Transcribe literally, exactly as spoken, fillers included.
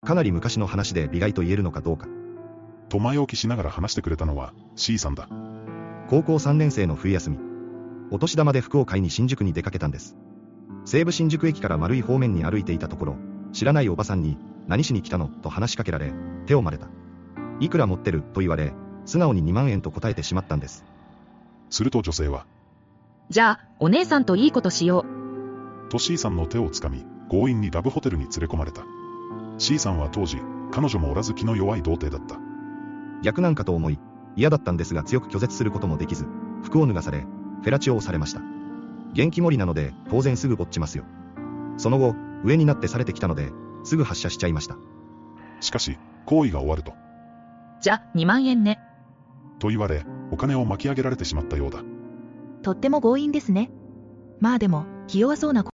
かなり昔の話で利害と言えるのかどうか。 と前置きしながら話してくれたのは C さんだ。 高校さんねん生の冬休み。お年玉で服を買いに新宿に出かけたんです。西武新宿駅から丸い方面に歩いていたところ、知らないおばさんに、何しに来たのと話しかけられ、手をまれた。いくら持ってると言われ、素直ににまんえんと答えてしまったんです。 すると女性は、 じゃあ、お姉さんといいことしよう。と C さんの手をつかみ、強引にラブホテルに連れ込まれた。C さんは当時、彼女もおらず気の弱い童貞だった。 逆なんかと思い、嫌だったんですが強く拒絶することもできず、服を脱がされ、フェラチオをされました。元気盛りなので、当然すぐぼっちますよ。その後、上になってされてきたので、すぐ発射しちゃいました。 しかし、行為が終わると。 じゃ、にまんえんね。 と言われ、お金を巻き上げられてしまったようだ。 とっても強引ですね。まあでも、気弱そうな